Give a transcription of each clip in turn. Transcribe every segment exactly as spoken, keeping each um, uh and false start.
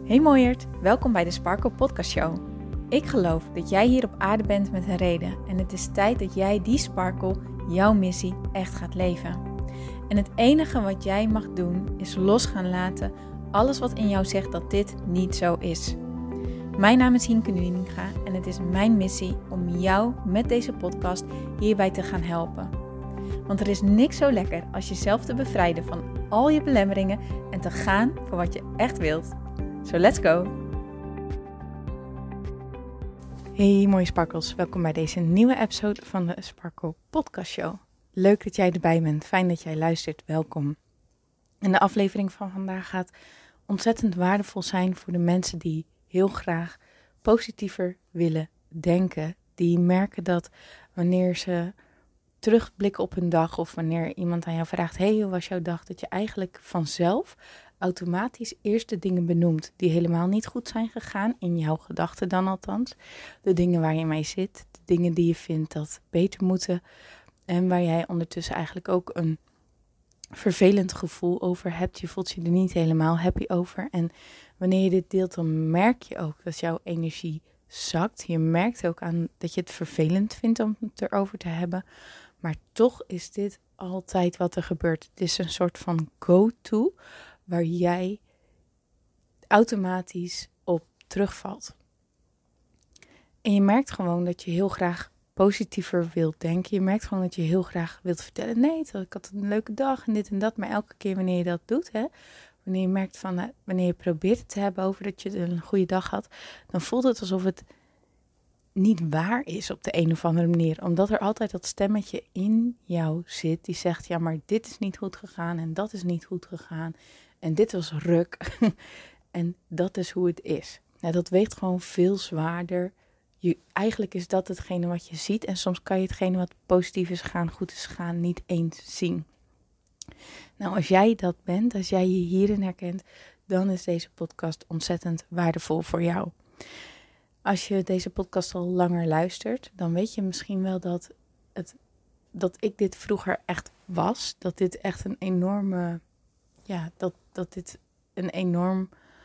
Hey mooiert, welkom bij de Sparkle Podcast Show. Ik geloof dat jij hier op aarde bent met een reden en het is tijd dat jij die sparkle, jouw missie, echt gaat leven. En het enige wat jij mag doen is los gaan laten alles wat in jou zegt dat dit niet zo is. Mijn naam is Hienke Nuninga en het is mijn missie om jou met deze podcast hierbij te gaan helpen. Want er is niks zo lekker als jezelf te bevrijden van al je belemmeringen en te gaan voor wat je echt wilt. So let's go! Hey mooie sparkles, welkom bij deze nieuwe episode van de Sparkle Podcast Show. Leuk dat jij erbij bent, fijn dat jij luistert, welkom. En de aflevering van vandaag gaat ontzettend waardevol zijn voor de mensen die heel graag positiever willen denken. Die merken dat wanneer ze terugblikken op hun dag of wanneer iemand aan jou vraagt, hey, hoe was jouw dag? Dat je eigenlijk vanzelf automatisch eerst de dingen benoemt die helemaal niet goed zijn gegaan, in jouw gedachten dan althans. De dingen waar je mee zit, de dingen die je vindt dat beter moeten en waar jij ondertussen eigenlijk ook een vervelend gevoel over hebt. Je voelt je er niet helemaal happy over en wanneer je dit deelt, dan merk je ook dat jouw energie zakt. Je merkt ook aan dat je het vervelend vindt om het erover te hebben, maar toch is dit altijd wat er gebeurt. Het is een soort van go-to waar jij automatisch op terugvalt. En je merkt gewoon dat je heel graag positiever wilt denken. Je merkt gewoon dat je heel graag wilt vertellen, nee, ik had een leuke dag en dit en dat. Maar elke keer wanneer je dat doet, hè, wanneer je merkt van, wanneer je probeert het te hebben over dat je een goede dag had, dan voelt het alsof het niet waar is op de een of andere manier. Omdat er altijd dat stemmetje in jou zit die zegt, ja, maar dit is niet goed gegaan en dat is niet goed gegaan. En dit was ruk. En dat is hoe het is. Nou, dat weegt gewoon veel zwaarder. Je, eigenlijk is dat hetgene wat je ziet. En soms kan je hetgene wat positief is gaan, goed is gaan, niet eens zien. Nou, als jij dat bent, als jij je hierin herkent, dan is deze podcast ontzettend waardevol voor jou. Als je deze podcast al langer luistert, dan weet je misschien wel dat, het, dat ik dit vroeger echt was. Dat dit echt een enorme... Ja, dat, dat dit een enorm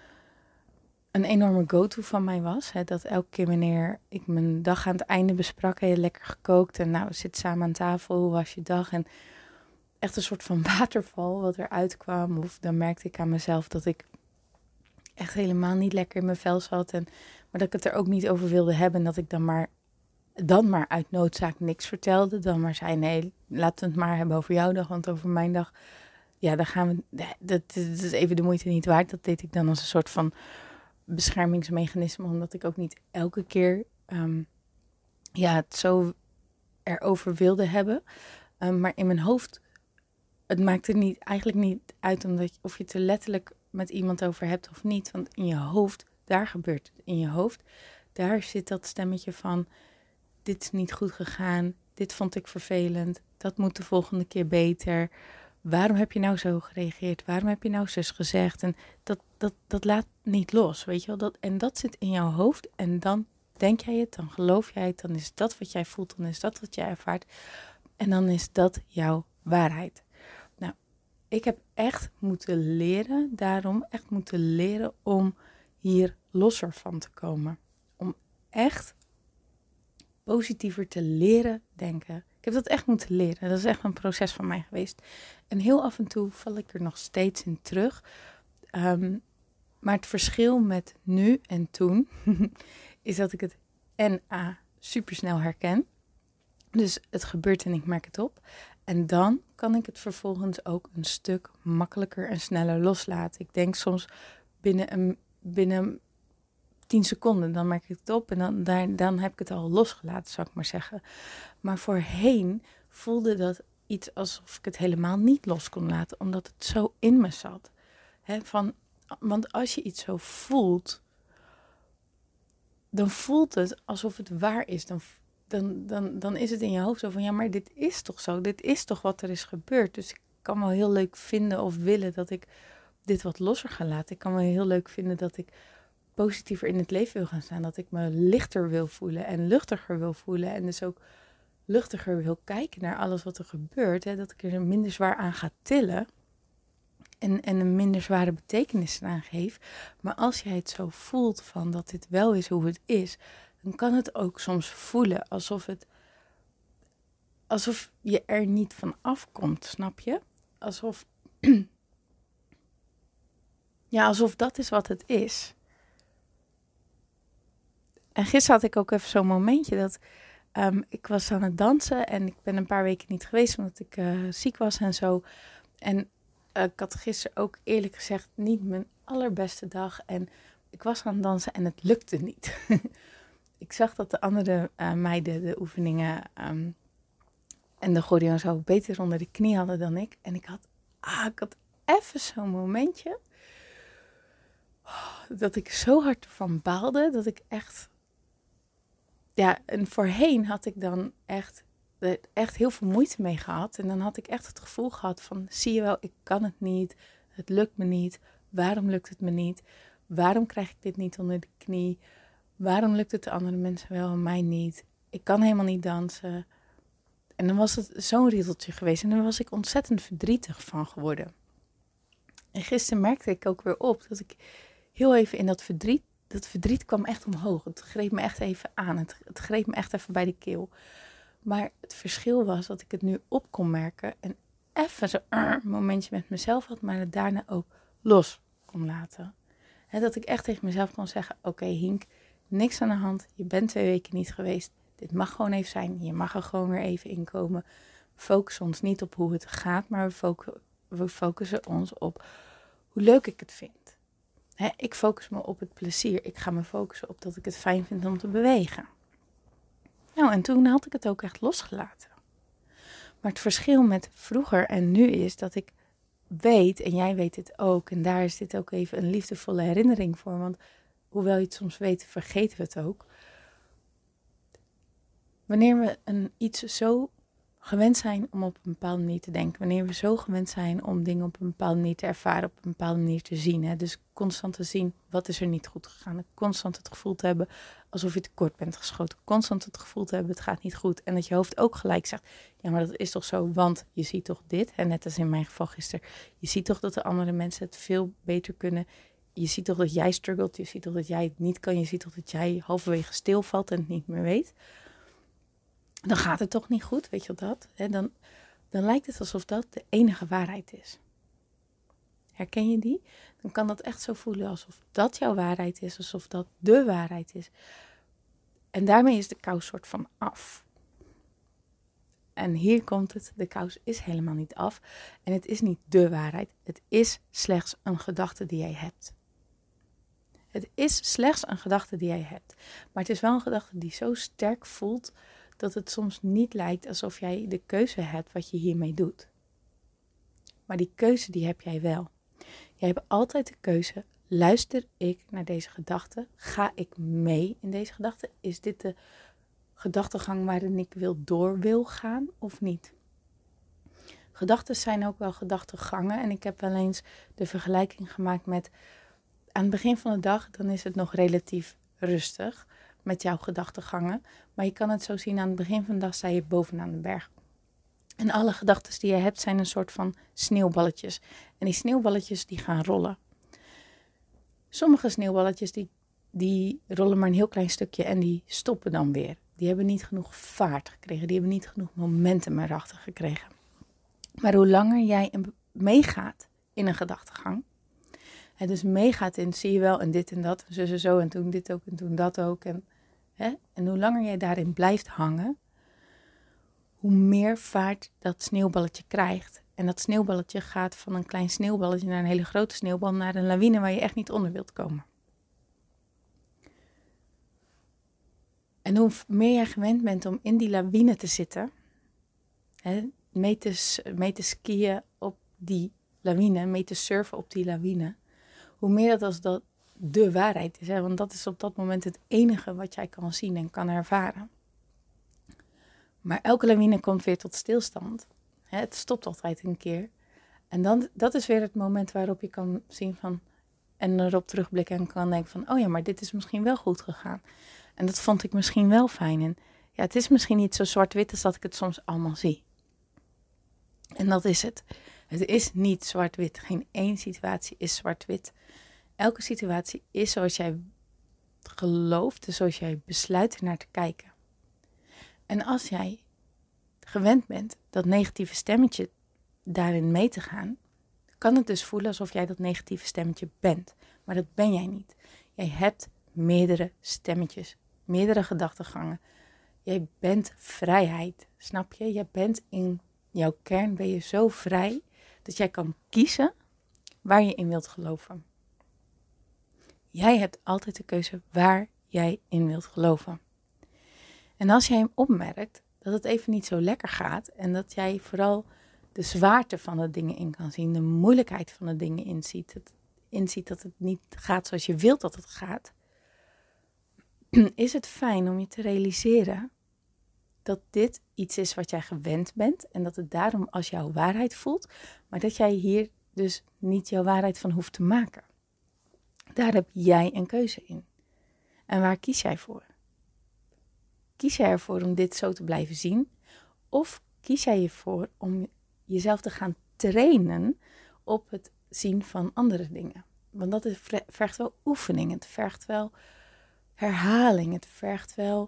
een enorme go-to van mij was. Hè? Dat elke keer wanneer ik mijn dag aan het einde besprak, heel lekker gekookt. En nou, we zitten samen aan tafel, hoe was je dag? En echt een soort van waterval wat eruit kwam. Of dan merkte ik aan mezelf dat ik echt helemaal niet lekker in mijn vel zat. En, maar dat ik het er ook niet over wilde hebben. En dat ik dan maar, dan maar uit noodzaak niks vertelde. Dan maar zei, nee, laten we het maar hebben over jouw dag, want over mijn dag... Ja, dan gaan we. Dat, dat is even de moeite niet waard. Dat deed ik dan als een soort van beschermingsmechanisme. Omdat ik ook niet elke keer um, ja, het zo erover wilde hebben. Um, maar in mijn hoofd, het maakt er niet, eigenlijk niet uit omdat je, of je het er letterlijk met iemand over hebt of niet. Want in je hoofd, daar gebeurt het. In je hoofd, daar zit dat stemmetje van, dit is niet goed gegaan. Dit vond ik vervelend. Dat moet de volgende keer beter. Waarom heb je nou zo gereageerd? Waarom heb je nou zus gezegd? En dat, dat, dat laat niet los, weet je wel. Dat, en dat zit in jouw hoofd en dan denk jij het, dan geloof jij het, dan is dat wat jij voelt, dan is dat wat jij ervaart. En dan is dat jouw waarheid. Nou, ik heb echt moeten leren, daarom echt moeten leren om hier losser van te komen. Om echt positiever te leren denken. Ik heb dat echt moeten leren. Dat is echt een proces van mij geweest. En heel af en toe val ik er nog steeds in terug. Um, maar het verschil met nu en toen is dat ik het en A supersnel herken. Dus het gebeurt en ik merk het op. En dan kan ik het vervolgens ook een stuk makkelijker en sneller loslaten. Ik denk soms binnen een, binnen tien seconden, dan merk ik het op en dan, daar, dan heb ik het al losgelaten, zou ik maar zeggen. Maar voorheen voelde dat iets alsof ik het helemaal niet los kon laten, omdat het zo in me zat. He, van, want als je iets zo voelt, dan voelt het alsof het waar is. Dan, dan, dan, dan is het in je hoofd zo van, ja, maar dit is toch zo? Dit is toch wat er is gebeurd? Dus ik kan wel heel leuk vinden of willen dat ik dit wat losser ga laten. Ik kan wel heel leuk vinden dat ik positiever in het leven wil gaan staan. Dat ik me lichter wil voelen en luchtiger wil voelen. En dus ook luchtiger wil kijken naar alles wat er gebeurt. Hè, dat ik er minder zwaar aan ga tillen. En, en een minder zware betekenis eraan geef. Maar als jij het zo voelt van dat dit wel is hoe het is, dan kan het ook soms voelen alsof het, alsof je er niet van afkomt, snap je? Alsof, ja, alsof dat is wat het is. En gisteren had ik ook even zo'n momentje dat um, ik was aan het dansen en ik ben een paar weken niet geweest omdat ik uh, ziek was en zo. En uh, ik had gisteren ook eerlijk gezegd niet mijn allerbeste dag en ik was aan het dansen en het lukte niet. Ik zag dat de andere uh, meiden de oefeningen um, en de choreo zo beter onder de knie hadden dan ik. En ik had, ah, ik had even zo'n momentje oh, dat ik zo hard ervan baalde dat ik echt... Ja, en voorheen had ik dan echt, echt heel veel moeite mee gehad. En dan had ik echt het gevoel gehad van, zie je wel, ik kan het niet. Het lukt me niet. Waarom lukt het me niet? Waarom krijg ik dit niet onder de knie? Waarom lukt het de andere mensen wel en mij niet? Ik kan helemaal niet dansen. En dan was het zo'n riedeltje geweest. En dan was ik ontzettend verdrietig van geworden. En gisteren merkte ik ook weer op dat ik heel even in dat verdriet... Dat verdriet kwam echt omhoog. Het greep me echt even aan. Het, het greep me echt even bij de keel. Maar het verschil was dat ik het nu op kon merken. En even zo'n uh, momentje met mezelf had. Maar het daarna ook los kon laten. He, dat ik echt tegen mezelf kon zeggen. Oké okay, Hink, niks aan de hand. Je bent twee weken niet geweest. Dit mag gewoon even zijn. Je mag er gewoon weer even in komen. We focussen ons niet op hoe het gaat. Maar we, focu- we focussen ons op hoe leuk ik het vind. He, ik focus me op het plezier. Ik ga me focussen op dat ik het fijn vind om te bewegen. Nou, en toen had ik het ook echt losgelaten. Maar het verschil met vroeger en nu is dat ik weet, en jij weet dit ook, en daar is dit ook even een liefdevolle herinnering voor, want hoewel je het soms weet, vergeten we het ook. Wanneer we een iets zo gewend zijn om op een bepaalde manier te denken. Wanneer we zo gewend zijn om dingen op een bepaalde manier te ervaren, op een bepaalde manier te zien. Hè? Dus constant te zien, wat is er niet goed gegaan. Constant het gevoel te hebben alsof je tekort bent geschoten. Constant het gevoel te hebben, het gaat niet goed. En dat je hoofd ook gelijk zegt, ja maar dat is toch zo, want je ziet toch dit. En net als in mijn geval gisteren. Je ziet toch dat de andere mensen het veel beter kunnen. Je ziet toch dat jij struggelt. Je ziet toch dat jij het niet kan. Je ziet toch dat jij halverwege stilvalt en het niet meer weet. Dan gaat het toch niet goed, weet je wat dat? He, dan, dan lijkt het alsof dat de enige waarheid is. Herken je die? Dan kan dat echt zo voelen alsof dat jouw waarheid is, alsof dat de waarheid is. En daarmee is de kous soort van af. En hier komt het, de kous is helemaal niet af. En het is niet de waarheid, het is slechts een gedachte die jij hebt. Het is slechts een gedachte die jij hebt. Maar het is wel een gedachte die zo sterk voelt dat het soms niet lijkt alsof jij de keuze hebt wat je hiermee doet. Maar die keuze die heb jij wel. Jij hebt altijd de keuze, luister ik naar deze gedachte? Ga ik mee in deze gedachte? Is dit de gedachtegang waarin ik wil door wil gaan of niet? Gedachten zijn ook wel gedachtegangen en ik heb wel eens de vergelijking gemaakt met aan het begin van de dag, dan is het nog relatief rustig met jouw gedachtegangen. Maar je kan het zo zien, aan het begin van de dag sta je bovenaan de berg. En alle gedachten die je hebt zijn een soort van sneeuwballetjes. En die sneeuwballetjes die gaan rollen. Sommige sneeuwballetjes die, die rollen maar een heel klein stukje en die stoppen dan weer. Die hebben niet genoeg vaart gekregen. Die hebben niet genoeg momentum erachter gekregen. Maar hoe langer jij meegaat in een gedachtegang. En dus meegaat in, zie je wel, en dit en dat, en zo en zo, en toen dit ook, en toen dat ook. En, hè, en hoe langer jij daarin blijft hangen, hoe meer vaart dat sneeuwballetje krijgt. En dat sneeuwballetje gaat van een klein sneeuwballetje naar een hele grote sneeuwbal, naar een lawine waar je echt niet onder wilt komen. En hoe meer jij gewend bent om in die lawine te zitten, hè, mee, te, mee te skiën op die lawine, mee te surfen op die lawine, hoe meer dat als dat de waarheid is. Hè? Want dat is op dat moment het enige wat jij kan zien en kan ervaren. Maar elke lawine komt weer tot stilstand. Hè? Het stopt altijd een keer. En dan, dat is weer het moment waarop je kan zien van, en erop terugblikken en kan denken van, oh ja, maar dit is misschien wel goed gegaan. En dat vond ik misschien wel fijn. En ja, het is misschien niet zo zwart-wit als dat ik het soms allemaal zie. En dat is het. Het is niet zwart-wit. Geen één situatie is zwart-wit. Elke situatie is zoals jij gelooft, dus zoals jij besluit ernaar te kijken. En als jij gewend bent dat negatieve stemmetje daarin mee te gaan, kan het dus voelen alsof jij dat negatieve stemmetje bent. Maar dat ben jij niet. Jij hebt meerdere stemmetjes, meerdere gedachtegangen. Jij bent vrijheid, snap je? Jij bent in jouw kern, ben je zo vrij dat jij kan kiezen waar je in wilt geloven. Jij hebt altijd de keuze waar jij in wilt geloven. En als jij hem opmerkt dat het even niet zo lekker gaat en dat jij vooral de zwaarte van de dingen in kan zien, de moeilijkheid van de dingen inziet, het inziet dat het niet gaat zoals je wilt dat het gaat, is het fijn om je te realiseren dat dit iets is wat jij gewend bent en dat het daarom als jouw waarheid voelt, maar dat jij hier dus niet jouw waarheid van hoeft te maken. Daar heb jij een keuze in. En waar kies jij voor? Kies jij ervoor om dit zo te blijven zien? Of kies jij ervoor om jezelf te gaan trainen op het zien van andere dingen? Want dat is, vergt wel oefening, het vergt wel herhaling, het vergt wel,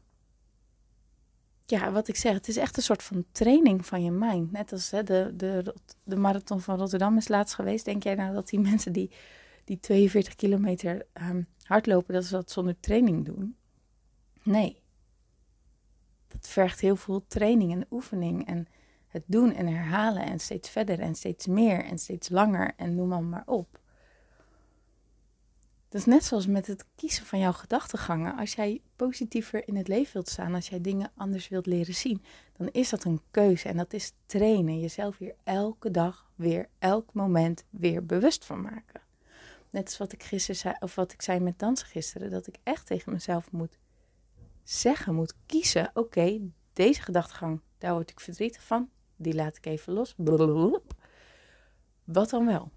ja, wat ik zeg, het is echt een soort van training van je mind. Net als hè, de, de, de marathon van Rotterdam is laatst geweest. Denk jij nou dat die mensen die, die tweeënveertig kilometer um, hardlopen, dat ze dat zonder training doen? Nee. Dat vergt heel veel training en oefening en het doen en herhalen en steeds verder en steeds meer en steeds langer en noem maar, maar op. Dat is net zoals met het kiezen van jouw gedachtegangen. Als jij positiever in het leven wilt staan, als jij dingen anders wilt leren zien, dan is dat een keuze en dat is trainen. Jezelf hier elke dag weer, elk moment weer bewust van maken. Net als wat ik gisteren zei, of wat ik zei met dansen gisteren, dat ik echt tegen mezelf moet zeggen, moet kiezen. Oké, okay, deze gedachtegang, daar word ik verdrietig van. Die laat ik even los. Blablabla. Wat dan wel?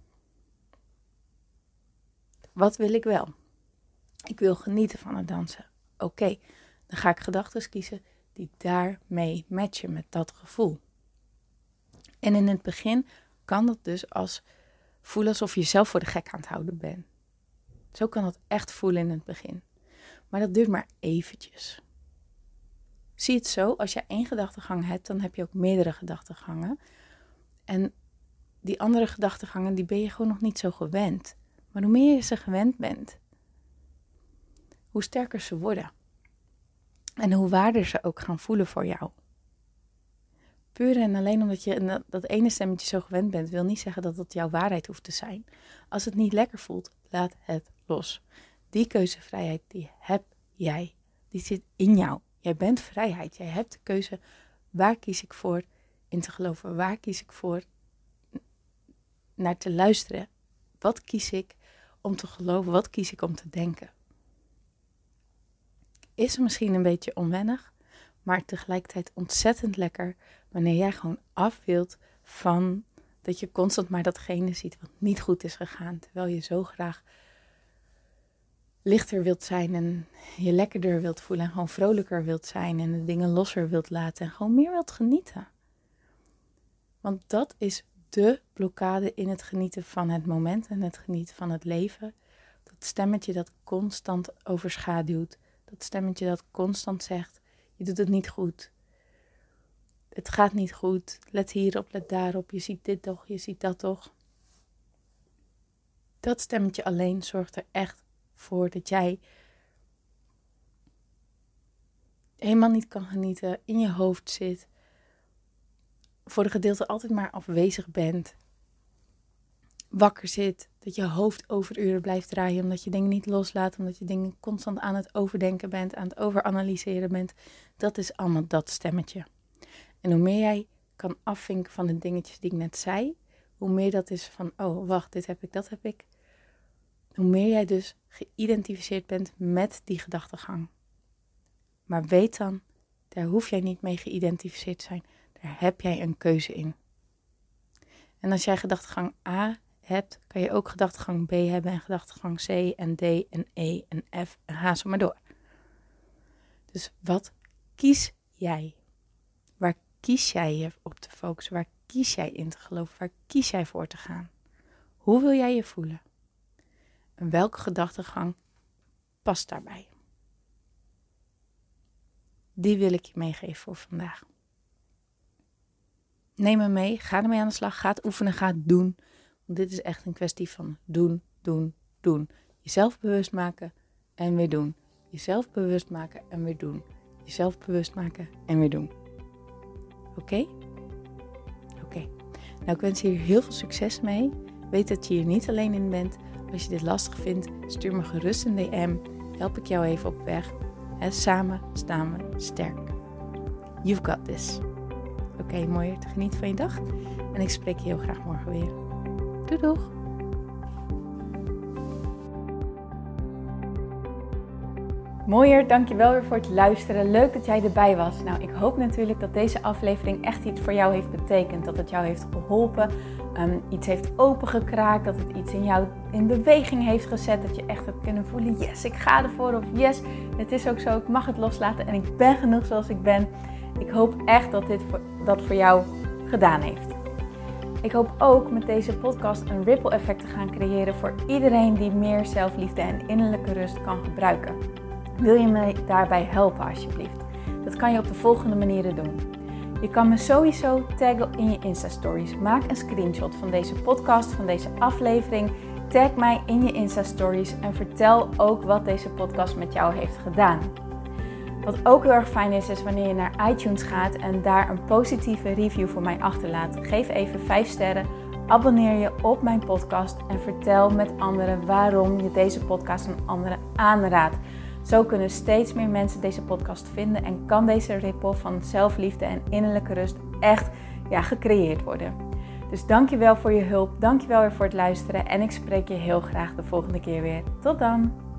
Wat wil ik wel? Ik wil genieten van het dansen. Oké, okay, dan ga ik gedachten kiezen die daarmee matchen met dat gevoel. En in het begin kan dat dus als voelen alsof je jezelf voor de gek aan het houden bent. Zo kan het echt voelen in het begin. Maar dat duurt maar eventjes. Zie het zo, als je één gedachtegang hebt, dan heb je ook meerdere gedachtegangen. En die andere gedachtegangen, die ben je gewoon nog niet zo gewend. Maar hoe meer je ze gewend bent, hoe sterker ze worden. En hoe waarder ze ook gaan voelen voor jou. Puur en alleen omdat je dat ene stemmetje zo gewend bent, wil niet zeggen dat dat jouw waarheid hoeft te zijn. Als het niet lekker voelt, laat het los. Die keuzevrijheid, die heb jij. Die zit in jou. Jij bent vrijheid. Jij hebt de keuze, waar kies ik voor in te geloven? Waar kies ik voor naar te luisteren? Wat kies ik om te geloven? Wat kies ik om te denken? Is misschien een beetje onwennig, maar tegelijkertijd ontzettend lekker wanneer jij gewoon af wilt van dat je constant maar datgene ziet wat niet goed is gegaan. Terwijl je zo graag lichter wilt zijn en je lekkerder wilt voelen en gewoon vrolijker wilt zijn en de dingen losser wilt laten en gewoon meer wilt genieten. Want dat is de blokkade in het genieten van het moment en het genieten van het leven. Dat stemmetje dat constant overschaduwt. Dat stemmetje dat constant zegt, je doet het niet goed. Het gaat niet goed. Let hierop, let daarop. Je ziet dit toch, je ziet dat toch. Dat stemmetje alleen zorgt er echt voor dat jij helemaal niet kan genieten, in je hoofd zit, voor de gedeelte altijd maar afwezig bent, wakker zit, dat je hoofd overuren blijft draaien, omdat je dingen niet loslaat, omdat je dingen constant aan het overdenken bent, aan het overanalyseren bent. Dat is allemaal dat stemmetje. En hoe meer jij kan afvinken van de dingetjes die ik net zei, hoe meer dat is van, oh wacht, dit heb ik, dat heb ik. Hoe meer jij dus geïdentificeerd bent met die gedachtegang. Maar weet dan, daar hoef jij niet mee geïdentificeerd te zijn. Daar heb jij een keuze in. En als jij gedachtegang A hebt, kan je ook gedachtegang B hebben en gedachtegang C en D en E en F en H, zo maar door. Dus wat kies jij? Waar kies jij je op te focussen? Waar kies jij in te geloven? Waar kies jij voor te gaan? Hoe wil jij je voelen? En welke gedachtegang past daarbij? Die wil ik je meegeven voor vandaag. Neem me mee, ga ermee aan de slag, ga het oefenen, ga het doen. Want dit is echt een kwestie van doen, doen, doen. Jezelf bewust maken en weer doen. Jezelf bewust maken en weer doen. Jezelf bewust maken en weer doen. Oké? Okay? Oké. Okay. Nou, ik wens je hier heel veel succes mee. Weet dat je hier niet alleen in bent. Als je dit lastig vindt, stuur me gerust een D M. Help ik jou even op weg. En samen staan we sterk. You've got this. Oké, okay, mooi. Geniet van je dag. En ik spreek je heel graag morgen weer. Doei doeg! Mooier, dankjewel weer voor het luisteren. Leuk dat jij erbij was. Nou, ik hoop natuurlijk dat deze aflevering echt iets voor jou heeft betekend. Dat het jou heeft geholpen, um, iets heeft opengekraakt, dat het iets in jou in beweging heeft gezet. Dat je echt hebt kunnen voelen, yes, ik ga ervoor. Of yes, het is ook zo, ik mag het loslaten en ik ben genoeg zoals ik ben. Ik hoop echt dat dit voor, dat voor jou gedaan heeft. Ik hoop ook met deze podcast een ripple effect te gaan creëren voor iedereen die meer zelfliefde en innerlijke rust kan gebruiken. Wil je me daarbij helpen alsjeblieft? Dat kan je op de volgende manieren doen. Je kan me sowieso taggen in je Insta-stories. Maak een screenshot van deze podcast, van deze aflevering. Tag mij in je Insta-stories en vertel ook wat deze podcast met jou heeft gedaan. Wat ook heel erg fijn is, is wanneer je naar iTunes gaat en daar een positieve review voor mij achterlaat. Geef even vijf sterren, abonneer je op mijn podcast en vertel met anderen waarom je deze podcast aan anderen aanraadt. Zo kunnen steeds meer mensen deze podcast vinden en kan deze ripple van zelfliefde en innerlijke rust echt ja, gecreëerd worden. Dus dankjewel voor je hulp, dankjewel weer voor het luisteren en ik spreek je heel graag de volgende keer weer. Tot dan!